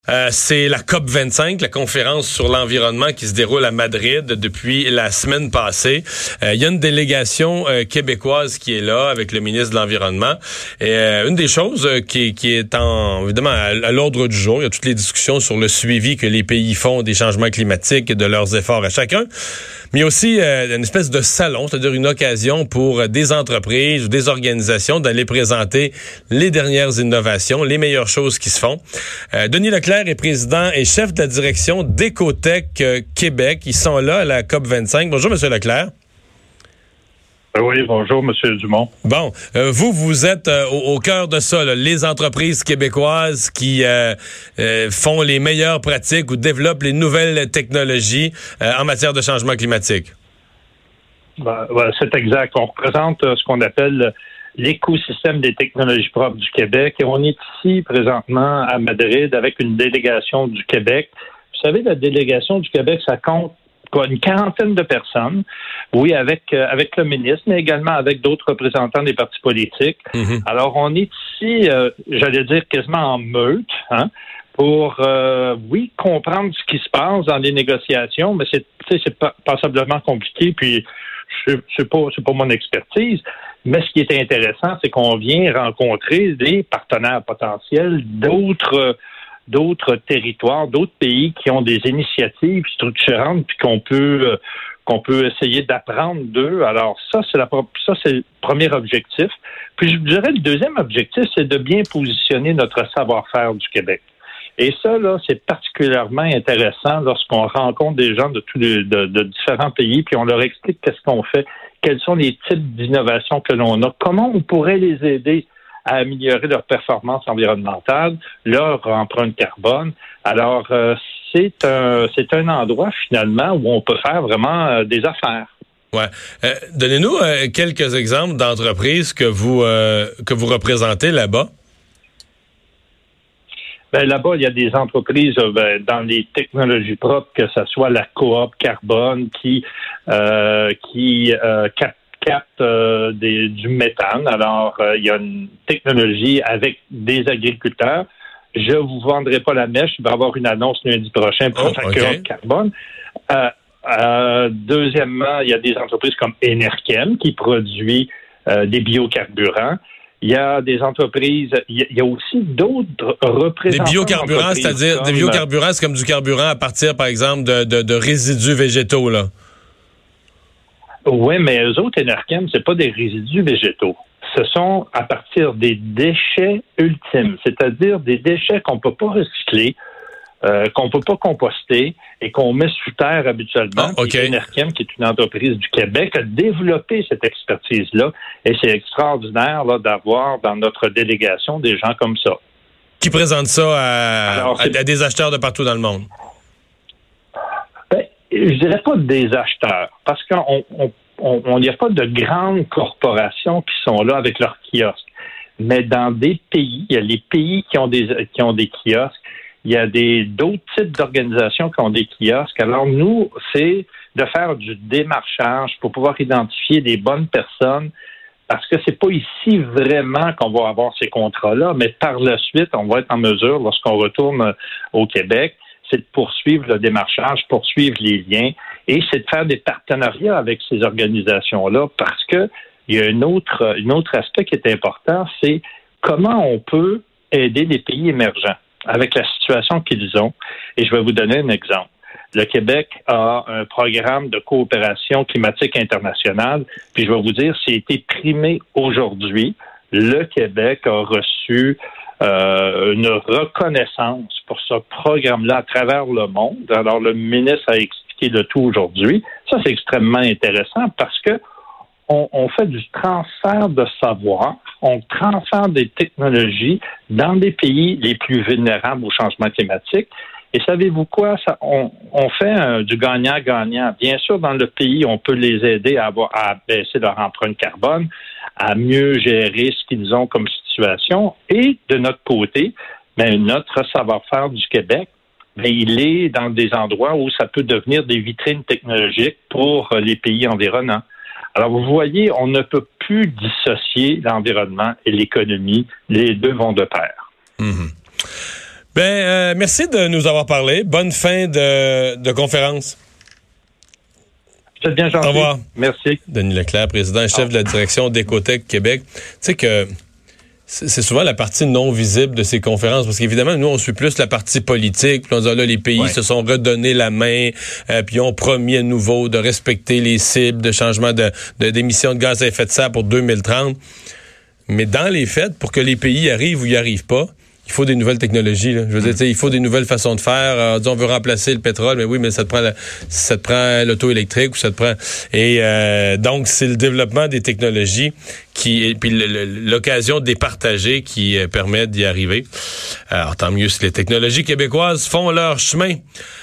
C'est la COP25, la conférence sur l'environnement qui se déroule à Madrid depuis la semaine passée. Il y a une délégation québécoise qui est là avec le ministre de l'Environnement. Et une des choses qui est évidemment à l'ordre du jour, il y a toutes les discussions sur le suivi que les pays font des changements climatiques et de leurs efforts à chacun. Mais il y a aussi une espèce de salon, c'est-à-dire une occasion pour des entreprises ou des organisations d'aller présenter les dernières innovations, les meilleures choses qui se font. Denis Leclerc est président et chef de la direction d'Écotech Québec. Ils sont là à la COP25. Bonjour, M. Leclerc. Oui, bonjour, M. Dumont. Bon, vous êtes au cœur de ça, là, les entreprises québécoises qui font les meilleures pratiques ou développent les nouvelles technologies en matière de changement climatique. C'est exact. On représente ce qu'on appelle l'écosystème des technologies propres du Québec et on est ici présentement à Madrid avec une délégation du Québec. Vous savez, la délégation du Québec, ça compte une quarantaine de personnes, oui, avec le ministre, mais également avec d'autres représentants des partis politiques. Mm-hmm. Alors, on est ici, j'allais dire, quasiment en meute, pour, comprendre ce qui se passe dans les négociations, mais c'est passablement compliqué, puis c'est pas mon expertise. Mais ce qui est intéressant, c'est qu'on vient rencontrer des partenaires potentiels d'autres territoires, d'autres pays qui ont des initiatives structurantes puis qu'on peut essayer d'apprendre d'eux. Alors ça c'est le premier objectif. Puis je dirais le deuxième objectif, c'est de bien positionner notre savoir-faire du Québec. Et ça là, c'est particulièrement intéressant lorsqu'on rencontre des gens de différents pays puis on leur explique qu'est-ce qu'on fait, quels sont les types d'innovations que l'on a, comment on pourrait les aider à améliorer leur performance environnementale, leur empreinte carbone. Alors, c'est un endroit, finalement, où on peut faire vraiment des affaires. Ouais. Donnez-nous quelques exemples d'entreprises que vous représentez là-bas. Là-bas, il y a des entreprises dans les technologies propres, que ce soit la Coop Carbone qui capte du méthane. Alors, il y a une technologie avec des agriculteurs. Je vous vendrai pas la mèche. Il va y avoir une annonce lundi prochain pour la Coop Carbone. Deuxièmement, il y a des entreprises comme Enerkem qui produit des biocarburants. Il y a des entreprises, il y a aussi d'autres représentants. Des biocarburants, c'est-à-dire des biocarburants, c'est comme du carburant à partir, par exemple, de résidus végétaux, là. Oui, mais eux autres, Enerkem, c'est pas des résidus végétaux. Ce sont à partir des déchets ultimes, c'est-à-dire des déchets qu'on peut pas recycler, qu'on peut pas composter et qu'on met sous terre habituellement. Enerkem, qui est une entreprise du Québec, a développé cette expertise-là et c'est extraordinaire là, d'avoir dans notre délégation des gens comme ça. Qui présentent ça à des acheteurs de partout dans le monde? Je dirais pas des acheteurs, parce qu'on n'y a pas de grandes corporations qui sont là avec leurs kiosques. Mais dans des pays, il y a les pays qui ont des kiosques, il y a d'autres types d'organisations qui ont des kiosques. Alors nous, c'est de faire du démarchage pour pouvoir identifier des bonnes personnes, parce que c'est pas ici vraiment qu'on va avoir ces contrats-là, mais par la suite, on va être en mesure, lorsqu'on retourne au Québec, c'est de poursuivre le démarchage, poursuivre les liens, et c'est de faire des partenariats avec ces organisations-là, parce que il y a un autre aspect qui est important, c'est comment on peut aider les pays émergents avec la situation qu'ils ont. Et je vais vous donner un exemple. Le Québec a un programme de coopération climatique internationale, puis je vais vous dire, c'est été primé aujourd'hui. Le Québec a reçu une reconnaissance pour ce programme-là à travers le monde. Alors, le ministre a expliqué le tout aujourd'hui. Ça, c'est extrêmement intéressant parce que on fait du transfert de savoir, on transfère des technologies dans des pays les plus vulnérables au changement climatique. Et savez-vous quoi? On fait du gagnant-gagnant. Bien sûr, dans le pays, on peut les aider à baisser leur empreinte carbone, à mieux gérer ce qu'ils ont comme situation. Et de notre côté, notre savoir-faire du Québec, il est dans des endroits où ça peut devenir des vitrines technologiques pour les pays environnants. Alors, vous voyez, on ne peut plus dissocier l'environnement et l'économie. Les deux vont de pair. Mmh. Merci de nous avoir parlé. Bonne fin de conférence. C'est bien gentil. Au revoir. Merci. Denis Leclerc, président et chef de la direction d'Écotech Québec. Tu sais que c'est souvent la partie non visible de ces conférences, parce qu'évidemment, nous, on suit plus la partie politique, puis on dit, là, les pays se sont redonnés la main, puis ont promis à nouveau de respecter les cibles de changement d'émissions de gaz à effet de serre pour 2030. Mais dans les faits, pour que les pays y arrivent ou y arrivent pas, il faut des nouvelles technologies. Là. Je veux dire, il faut des nouvelles façons de faire. On veut remplacer le pétrole, mais oui, mais ça te prend l'auto électrique ou ça te prend. Et donc, c'est le développement des technologies et puis l'occasion de les partager qui permet d'y arriver. Alors, tant mieux si les technologies québécoises font leur chemin.